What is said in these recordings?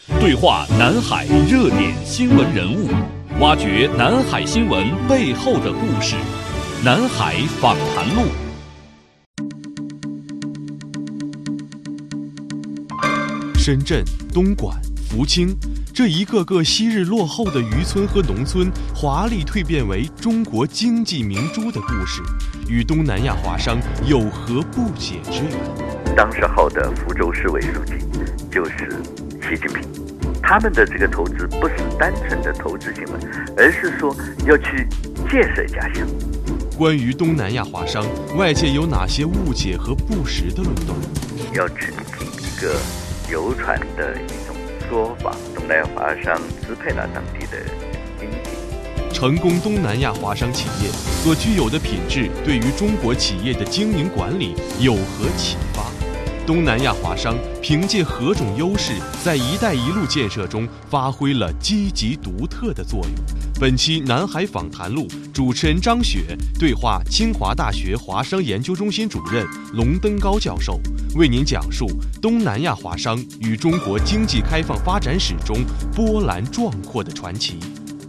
对话南海热点新闻人物，挖掘南海新闻背后的故事。南海访谈录。 深圳、东莞、福清，这一个个昔日落后的渔村和农村，华丽蜕变为中国经济明珠的故事，与东南亚华商有何不解之缘？ 当时候的福州市委书记就是习近平，他们的这个投资不是单纯的投资行为，而是说要去建设家乡。 关于东南亚华商，外界有哪些误解和不实的论断？ 要澄清一个流传的一种说法，东南亚华商支配了当地的经济。 成功东南亚华商企业所具有的品质，对于中国企业的经营管理有何启发？东南亚华商凭借何种优势，在“一带一路”建设中发挥了积极独特的作用？本期南海访谈录，主持人张雪对话清华大学华商研究中心主任龙登高教授，为您讲述东南亚华商与中国经济开放发展史中波澜壮阔的传奇。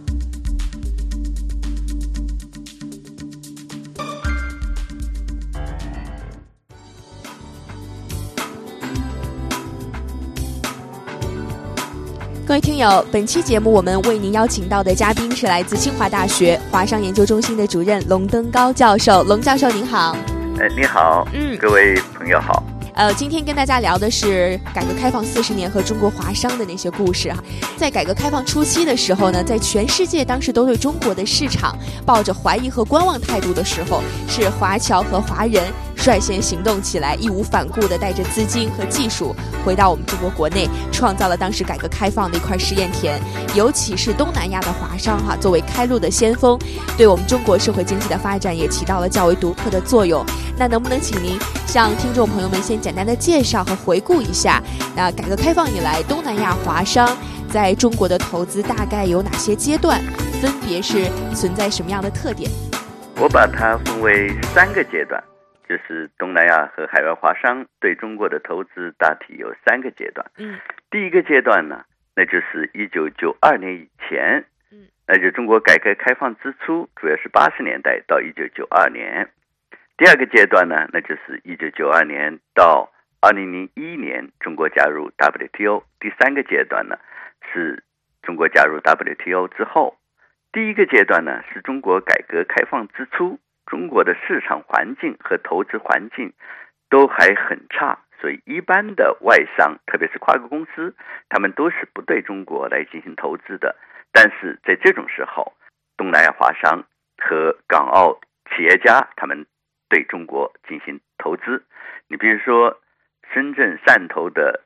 各位听友，本期节目我们为您邀请到的嘉宾是来自清华大学华商研究中心的主任龙登高教授。龙教授您好。 你好。各位朋友好。 今天跟大家聊的是改革开放40年和中国华商的那些故事哈。在改革开放初期的时候呢，在全世界当时都对中国的市场抱着怀疑和观望态度的时候，是华侨和华人率先行动起来，义无反顾地带着资金和技术回到我们中国国内，创造了当时改革开放的一块实验田。尤其是东南亚的华商作为开路的先锋，对我们中国社会经济的发展也起到了较为独特的作用。那能不能请您向听众朋友们先简单的介绍和回顾一下，改革开放以来东南亚华商在中国的投资大概有哪些阶段，分别是存在什么样的特点？ 我把它分为3个阶段，就是东南亚和海外华商对中国的投资大体有3个阶段。第一个阶段呢，那就是1992年以前，那就中国改革开放之初，主要是80年代到1992年。第二个阶段呢，那就是1992年到2001年，中国加入 WTO。第3个阶段呢，是中国加入 WTO 之后。第一个阶段呢，是中国改革开放之初，中国的市场环境和投资环境都还很差，所以一般的外商，特别是跨国公司，他们都是不对中国来进行投资的。但是在这种时候，东南亚华商和港澳企业家，他们对中国进行投资。你比如说深圳汕头的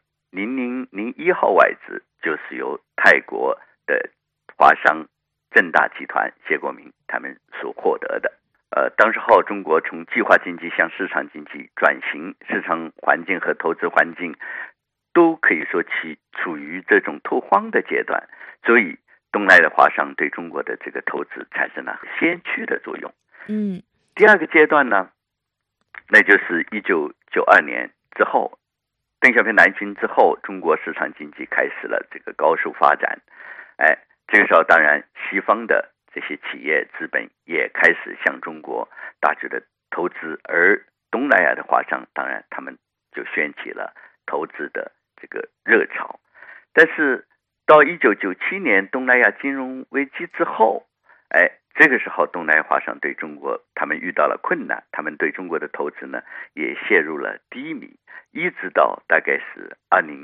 0001号外资，就是由泰国的华商正大集团谢国明他们所获得的。当时候中国从计划经济向市场经济转型，市场环境和投资环境都可以说处于这种拓荒的阶段，所以东南亚华商对中国的这个投资产生了先驱的作用。第二个阶段呢，那就是1992年之后，邓小平南巡之后，中国市场经济开始了这个高速发展。这个时候当然西方的这些企业资本也开始向中国大举的投资，而东南亚的华商当然他们就掀起了投资的这个热潮。但是到1997年东南亚金融危机之后，这个时候东南亚华商对中国他们遇到了困难，他们对中国的投资呢也陷入了低迷，一直到大概是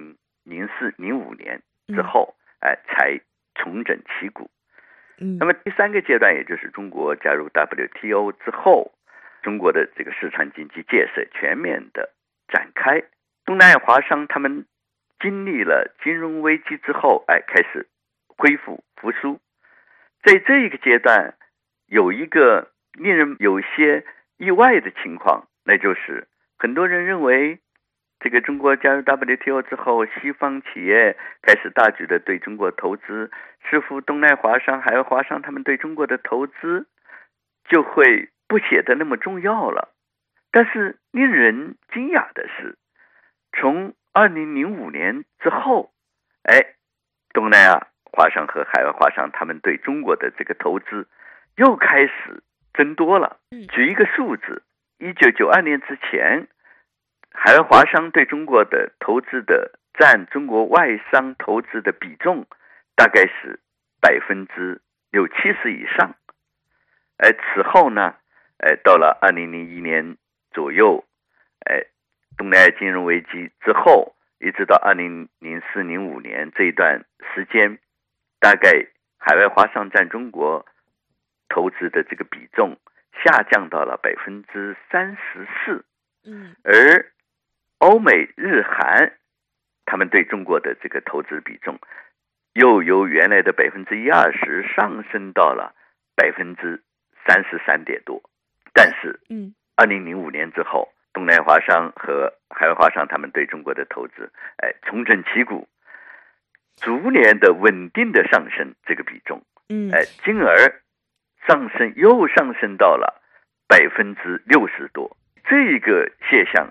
2004-05年之后，才重整旗鼓。那么第3个阶段，也就是中国加入 WTO 之后，中国的这个市场经济建设全面的展开。东南亚华商他们经历了金融危机之后，开始恢复复苏。在这一个阶段，有一个令人有些意外的情况，那就是很多人认为这个中国加入 WTO 之后，西方企业开始大举的对中国投资，似乎东南亚华商海外华商他们对中国的投资就会不显得那么重要了。但是令人惊讶的是，从2005年之后， 南亚华商和海外华商他们对中国的这个投资又开始增多了。举一个数字，1992年之前，海外华商对中国的投资的占中国外商投资的比重大概是60%-70%以上。此后呢，到了2001年左右，东南亚金融危机之后，一直到2004-05年这一段时间，大概海外华商占中国投资的这个比重下降到了34%。而欧美日韩他们对中国的这个投资比重又由原来的10%-20%上升到了33%多。但是2005年之后，东南亚华商和海外华商他们对中国的投资重整旗鼓，逐年的稳定的上升这个比重，进而上升到了60%多。这个现象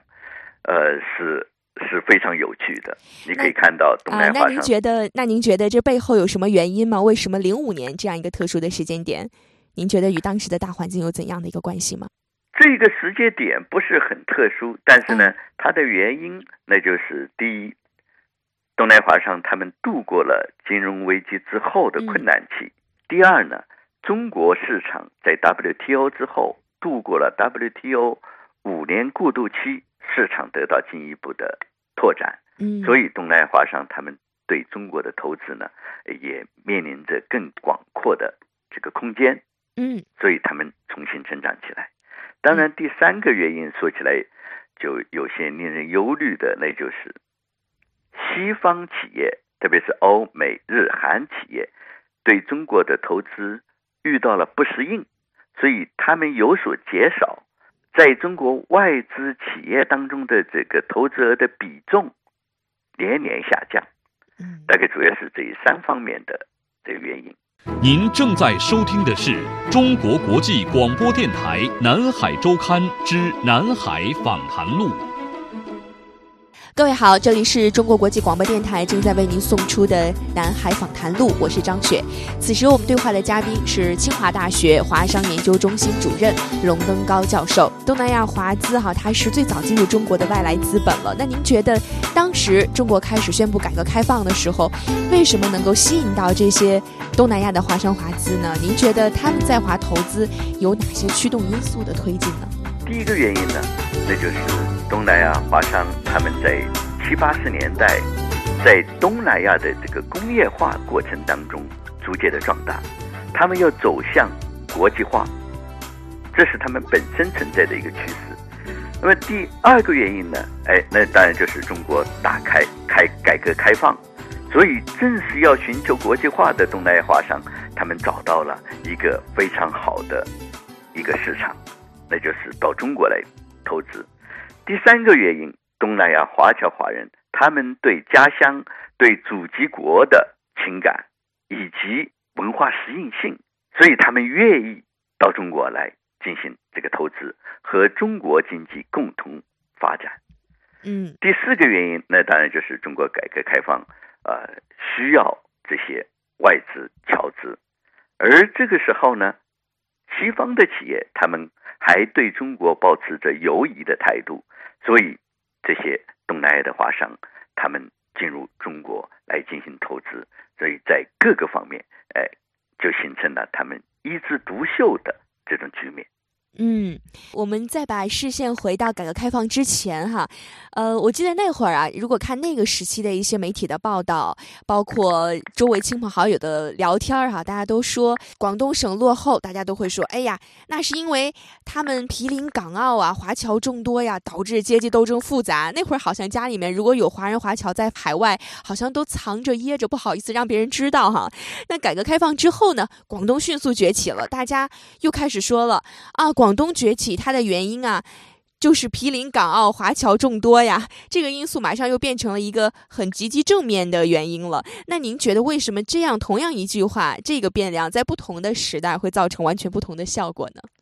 是非常有趣的。你可以看到东南亚华商。 那您觉得这背后有什么原因吗？为什么05年这样一个特殊的时间点，您觉得与当时的大环境有怎样的一个关系吗？ 这个时间点不是很特殊，但是呢，它的原因那就是第一，东南亚华商他们度过了金融危机之后的困难期。第二呢，中国市场在 WTO 之后度过了 WTO 5年过渡期，市场得到进一步的拓展。所以东南亚华商他们对中国的投资呢，也面临着更广阔的这个空间。所以他们重新成长起来。当然第三个原因说起来就有些令人忧虑的，那就是西方企业，特别是欧美日韩企业对中国的投资遇到了不适应，所以他们有所减少，在中国外资企业当中的这个投资额的比重年年下降。大概主要是这3方面的这个原因。 您正在收听的是中国国际广播电台南海周刊之南海访谈录。 各位好，这里是中国国际广播电台正在为您送出的南海访谈录，我是张雪。此时我们对话的嘉宾是清华大学华商研究中心主任荣登高教授。东南亚华资它是最早进入中国的外来资本了。那您觉得当时中国开始宣布改革开放的时候，为什么能够吸引到这些东南亚的华商华资呢？您觉得他们在华投资有哪些驱动因素的推进呢？ 第一个原因呢，那就是东南亚华商他们在70、80年代在东南亚的这个工业化过程当中逐渐的壮大，他们要走向国际化，这是他们本身存在的一个趋势。那么第二个原因呢，那当然就是中国改革开放，所以正是要寻求国际化的东南亚华商，他们找到了一个非常好的一个市场，那就是到中国来投资。第三个原因，东南亚华侨华人他们对家乡、对祖籍国的情感以及文化适应性，所以他们愿意到中国来进行这个投资，和中国经济共同发展。第四个原因，那当然就是中国改革开放需要这些外资侨资，而这个时候呢，西方的企业他们还对中国保持着犹疑的态度，所以这些东南亚的华商他们进入中国来进行投资，所以在各个方面就形成了他们一枝独秀的这种局面。 我们再把视线回到改革开放之前我记得那会儿如果看那个时期的一些媒体的报道，包括周围亲朋好友的聊天大家都说广东省落后，大家都会说，哎呀，那是因为他们毗邻港澳华侨众多导致阶级斗争复杂。那会儿好像家里面如果有华人华侨在海外，好像都藏着掖着，不好意思让别人知道那改革开放之后呢，广东迅速崛起了，大家又开始说了广东崛起它的原因就是毗邻港澳，华侨众多这个因素马上又变成了一个很积极正面的原因了。那您觉得为什么这样同样一句话，这个变量在不同的时代会造成完全不同的效果呢？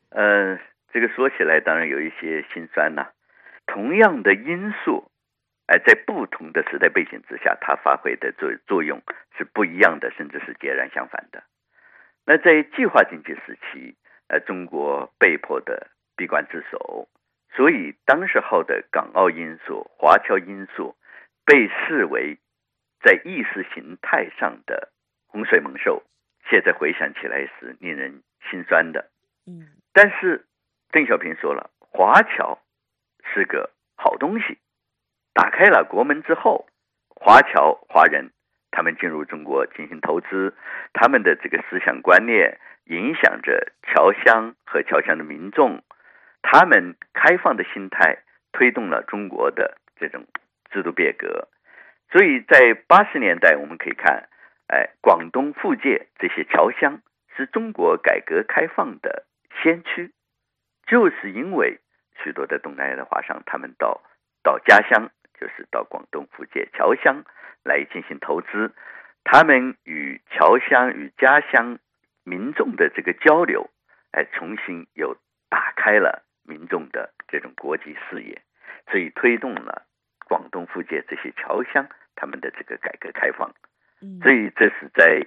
这个说起来当然有一些心酸同样的因素在不同的时代背景之下，它发挥的作用是不一样的，甚至是截然相反的。那在计划经济时期，中国被迫的闭关自守，所以当时候的港澳因素、华侨因素被视为在意识形态上的洪水猛兽，现在回想起来是令人心酸的。但是邓小平说了，华侨是个好东西，打开了国门之后，华侨华人他们进入中国进行投资，他们的这个思想观念影响着侨乡和侨乡的民众，他们开放的心态推动了中国的这种制度变革。所以在80年代我们可以看，广东、福建这些侨乡是中国改革开放的先驱，就是因为许多的东南亚的华商他们到家乡，就是到广东、福建侨乡来进行投资，他们与侨乡与家乡民众的这个交流，重新又打开了民众的这种国际视野，所以推动了广东、福建这些侨乡他们的这个改革开放。所以这是在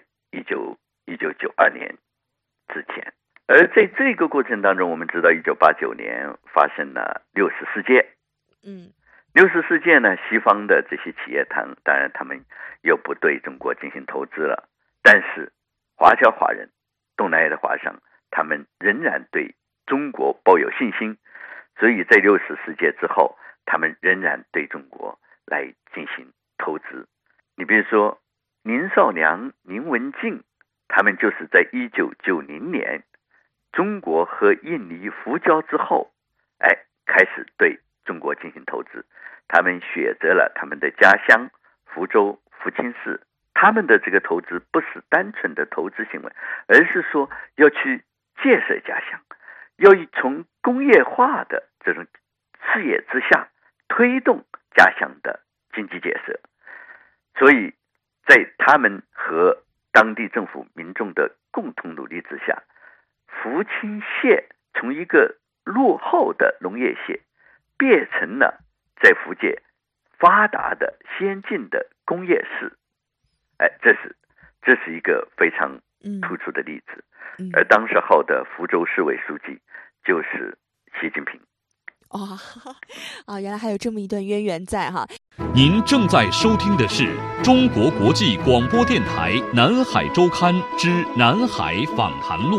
1992年之前。而在这个过程当中，我们知道1989年发生了64届。64届呢，西方的这些企业当然他们又不对中国进行投资了，但是华侨华人、东南亚的华商，他们仍然对中国抱有信心，所以在64届之后，他们仍然对中国来进行投资。你比如说宁绍良、宁文静，他们就是在1990年中国和印尼复交之后，开始对中国进行投资。他们选择了他们的家乡福州、福清市，他们的这个投资不是单纯的投资行为，而是说要去建设家乡，要从工业化的这种视野之下推动家乡的经济建设。所以在他们和当地政府民众的共同努力之下，福清县从一个落后的农业县变成了在福建发达的先进的工业市。这是一个非常突出的例子。而当时候的福州市委书记就是习近平。 原来还有这么一段渊源在哈。 您正在收听的是中国国际广播电台南海周刊之南海访谈录。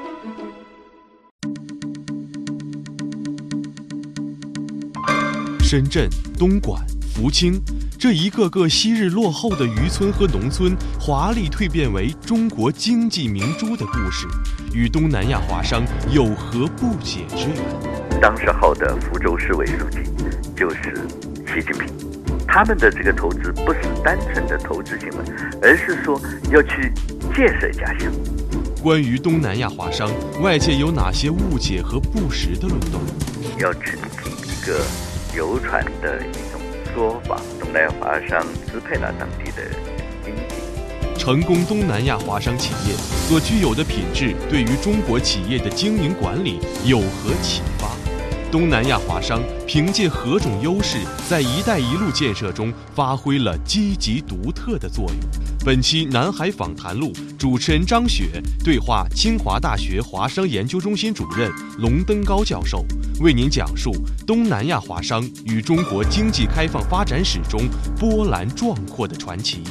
深圳、东莞、福清，这一个个昔日落后的渔村和农村，华丽蜕变为中国经济明珠的故事，与东南亚华商有何不解之缘？ 当时候的福州市委书记就是习近平，他们的这个投资不是单纯的投资行为，而是说要去建设家乡。 关于东南亚华商，外界有哪些误解和不实的论断？ 要澄清一个流传的一种说法，东南亚华商支配了当地的经济。 成功东南亚华商企业所具有的品质，对于中国企业的经营管理有何启发？东南亚华商凭借何种优势，在“一带一路”建设中发挥了积极独特的作用？本期南海访谈录，主持人张雪对话清华大学华商研究中心主任龙登高教授，为您讲述东南亚华商与中国经济开放发展史中波澜壮阔的传奇。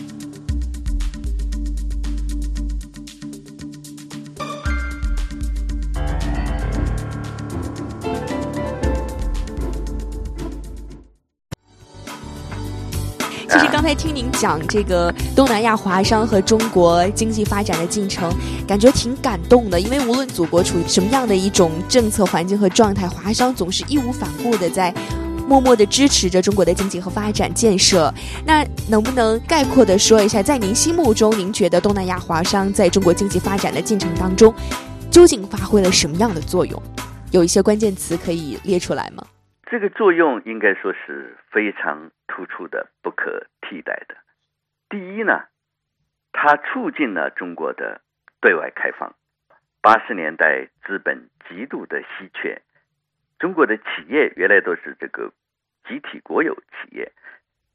其实刚才听您讲这个东南亚华商和中国经济发展的进程，感觉挺感动的。因为无论祖国处于什么样的一种政策环境和状态，华商总是义无反顾的在默默的支持着中国的经济和发展建设。那能不能概括的说一下，在您心目中，您觉得东南亚华商在中国经济发展的进程当中，究竟发挥了什么样的作用？有一些关键词可以列出来吗？ 这个作用应该说是非常突出的、不可替代的。第一呢，它促进了中国的对外开放。80年代资本极度的稀缺，中国的企业原来都是这个集体国有企业，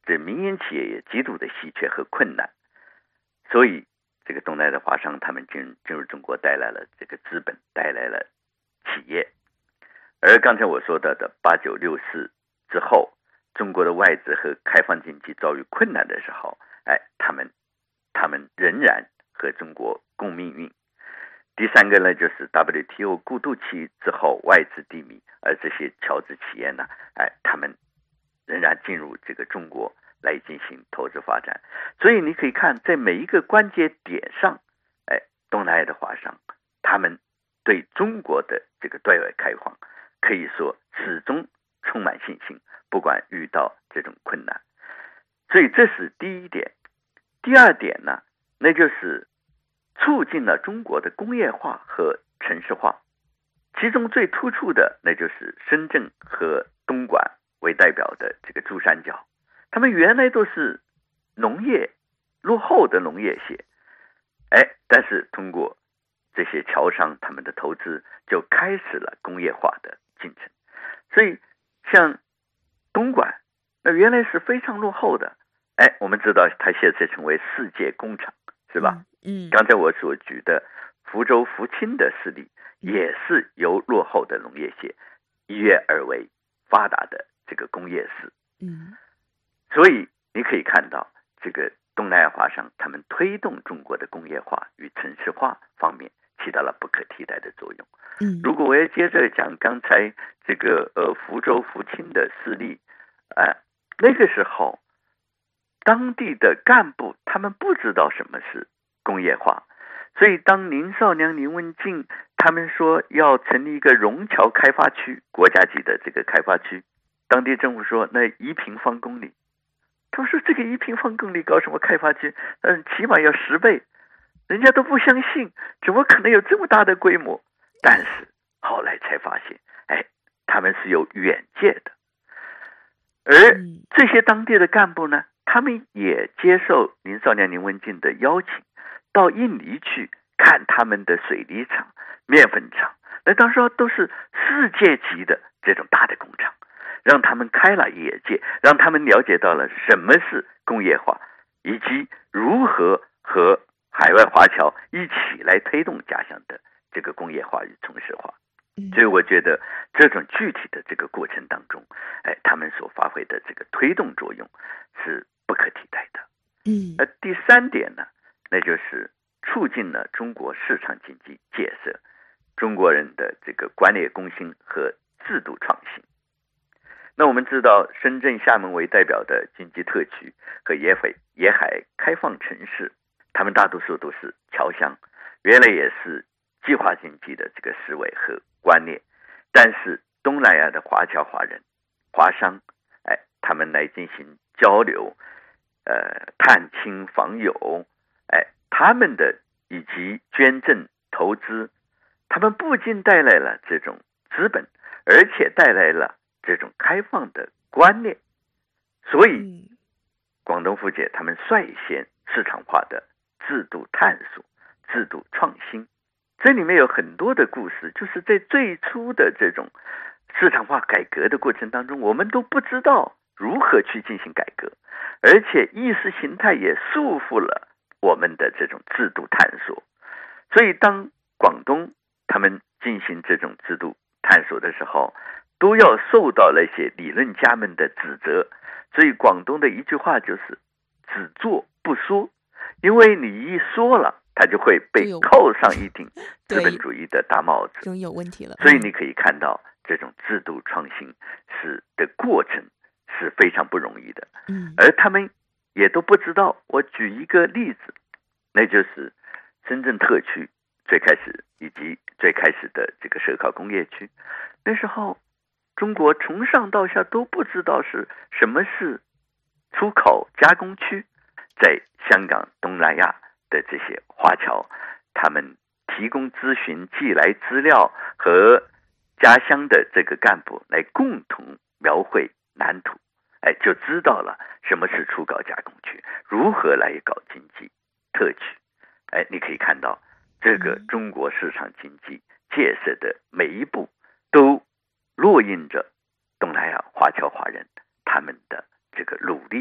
这民营企业也极度的稀缺和困难，所以这个东南亚的华商他们进入中国带来了这个资本，带来了企业。而刚才我说到的8964之后，中国的外资和开放经济遭遇困难的时候，他们仍然和中国共命运。第三个呢，就是 WTO 过渡期之后外资低迷，而这些侨资企业呢，他们仍然进入这个中国来进行投资发展。所以你可以看，在每一个关节点上，东南亚的华商他们对中国的这个对外开放可以说始终充满信心，不管遇到这种困难。所以这是第一点。第二点呢，那就是促进了中国的工业化和城市化，其中最突出的那就是深圳和东莞为代表的这个珠三角，他们原来都是农业落后的农业县，但是通过这些侨商他们的投资，就开始了工业化的进程。所以像东莞，那原来是非常落后的，我们知道它现在成为世界工厂，是吧？刚才我所举的福州福清的事例，也是由落后的农业县一跃而为发达的这个工业市。所以你可以看到，这个东南亚华商他们推动中国的工业化与城市化方面起到了不可替代的作用。如果我要接着讲刚才这个福州福清的事例，那个时候当地的干部他们不知道什么是工业化，所以当林少良、林文静他们说要成立一个虹桥开发区，国家级的这个开发区，当地政府说那1平方公里，他们说这个1平方公里搞什么开发区，起码要10倍，人家都不相信，怎么可能有这么大的规模？但是后来才发现，他们是有远见的。而这些当地的干部呢，他们也接受林少良、林文静的邀请，到印尼去看他们的水泥厂、面粉厂，那当时都是世界级的这种大的工厂，让他们开了眼界，让他们了解到了什么是工业化，以及如何和海外华侨一起来推动家乡的这个工业化与城市化。所以我觉得这种具体的这个过程当中，他们所发挥的这个推动作用是不可替代的。而第三点呢，那就是促进了中国市场经济建设，中国人的这个管理公心和制度创新。那我们知道，深圳、厦门为代表的经济特区和沿海开放城市，他们大多数都是侨乡，原来也是计划经济的这个思维和观念，但是东南亚的华侨、华人、华商，他们来进行交流，探亲访友，他们的以及捐赠投资，他们不仅带来了这种资本，而且带来了这种开放的观念。所以广东、福建他们率先市场化的制度探索、制度创新，这里面有很多的故事，就是在最初的这种市场化改革的过程当中，我们都不知道如何去进行改革，而且意识形态也束缚了我们的这种制度探索。所以当广东他们进行这种制度探索的时候，都要受到那些理论家们的指责。所以广东的一句话就是只做不说，因为你一说了，它就会被扣上一顶资本主义的大帽子， 就有问题了。 所以你可以看到这种制度创新的过程是非常不容易的。而他们也都不知道。我举一个例子，那就是深圳特区最开始以及最开始的这个蛇考工业区，那时候中国从上到下都不知道是什么是出口加工区。在香港、东南亚的这些华侨，他们提供咨询、寄来资料和家乡的这个干部来共同描绘蓝图，就知道了什么是出口加工区，如何来搞经济特区。你可以看到这个中国市场经济建设的每一步都落印着东南亚华侨华人他们的这个努力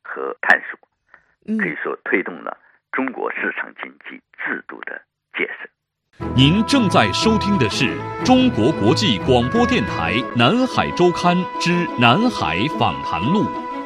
和探索，可以说推动了中国市场经济制度的建设。 您正在收听的是中国国际广播电台南海周刊之南海访谈录。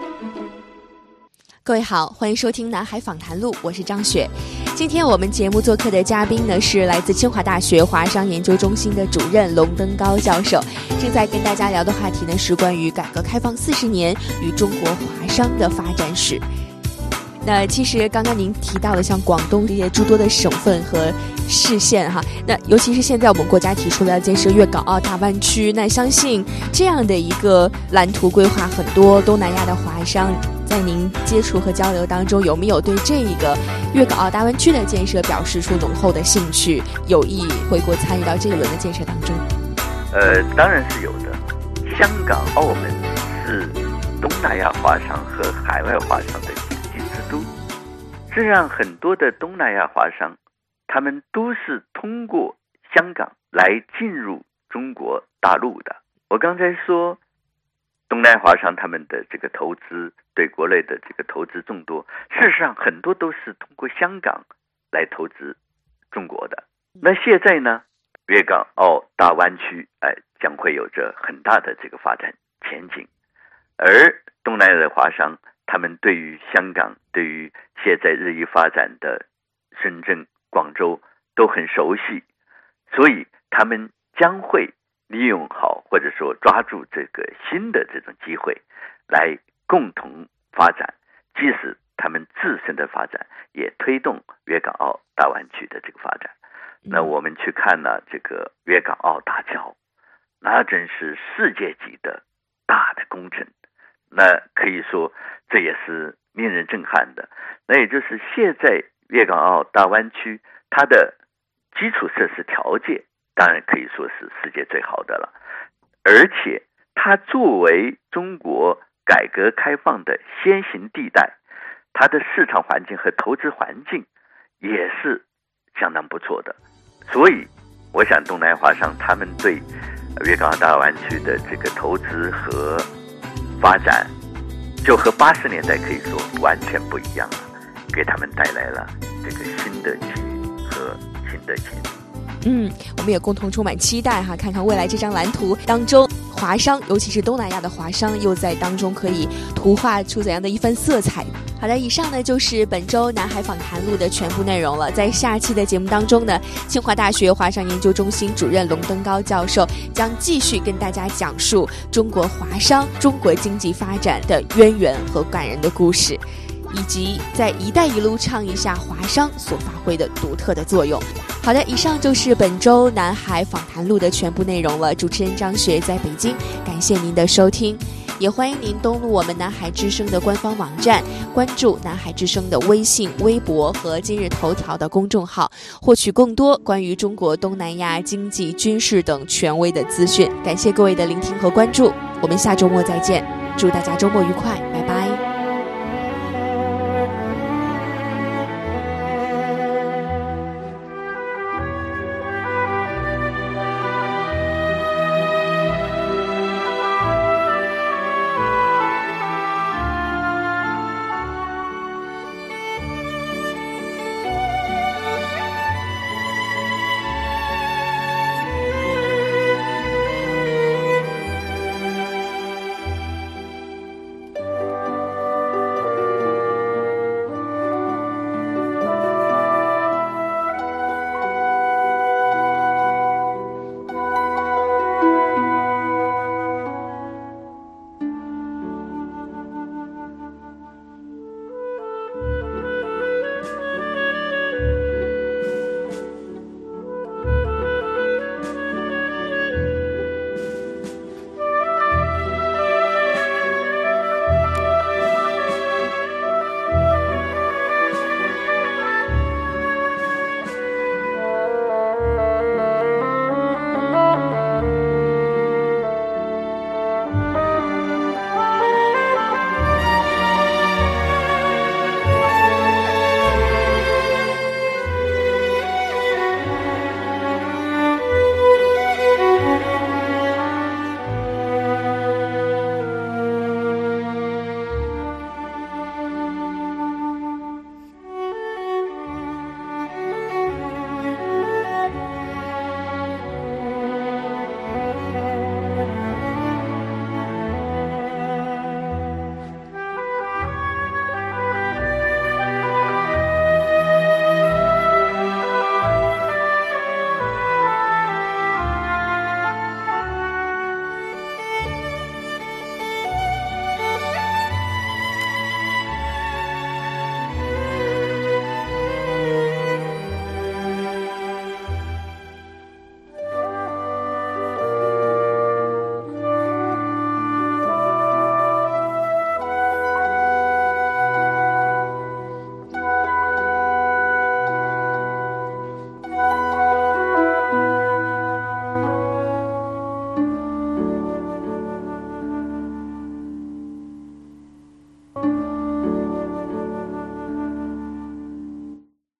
各位好，欢迎收听南海访谈录，我是张雪。今天我们节目做客的嘉宾呢，是来自清华大学华商研究中心的主任龙登高教授。正在跟大家聊的话题呢，是关于改革开放40年与中国华商的发展史。那其实刚刚您提到的像广东这些诸多的省份和市县哈，那尤其是现在我们国家提出了要建设粤港澳大湾区，那相信这样的一个蓝图规划，很多东南亚的华商在您接触和交流当中，有没有对这个粤港澳大湾区的建设表示出浓厚的兴趣，有意回国参与到这一轮的建设当中？ 当然是有的。香港、澳门是东南亚华商和海外华商的经济之都，这让很多的东南亚华商，他们都是通过香港来进入中国大陆的。我刚才说东南亚华商他们的这个投资，对国内的这个投资众多，事实上很多都是通过香港来投资中国的。那现在呢，粤港澳大湾区将会有着很大的这个发展前景，而东南亚的华商他们对于香港，对于现在日益发展的深圳、广州都很熟悉，所以他们将会利用好，或者说抓住这个新的这种机会来共同发展，即使他们自身的发展也推动粤港澳大湾区的这个发展。那我们去看呢，这个粤港澳大桥，那真是世界级的大的工程，那可以说这也是令人震撼的。那也就是现在粤港澳大湾区它的基础设施条件当然可以说是世界最好的了，而且它作为中国改革开放的先行地带，它的市场环境和投资环境也是相当不错的。所以我想东南亚华商他们对粤港澳大湾区的这个投资和发展，就和80年代可以说完全不一样了，给他们带来了这个新的机遇和新的前景。 我们也共同充满期待哈，看看未来这张蓝图当中，华商尤其是东南亚的华商又在当中可以图画出怎样的一番色彩。好的，以上呢就是本周南海访谈录的全部内容了。在下期的节目当中呢，清华大学华商研究中心主任龙登高教授将继续跟大家讲述中国华商、中国经济发展的渊源和感人的故事，以及在一带一路倡议下华商所发挥的独特的作用。好的，以上就是本周南海访谈录的全部内容了。主持人张雪在北京，感谢您的收听，也欢迎您登录我们南海之声的官方网站，关注南海之声的微信、微博和今日头条的公众号，获取更多关于中国东南亚经济、军事等权威的资讯。感谢各位的聆听和关注，我们下周末再见，祝大家周末愉快。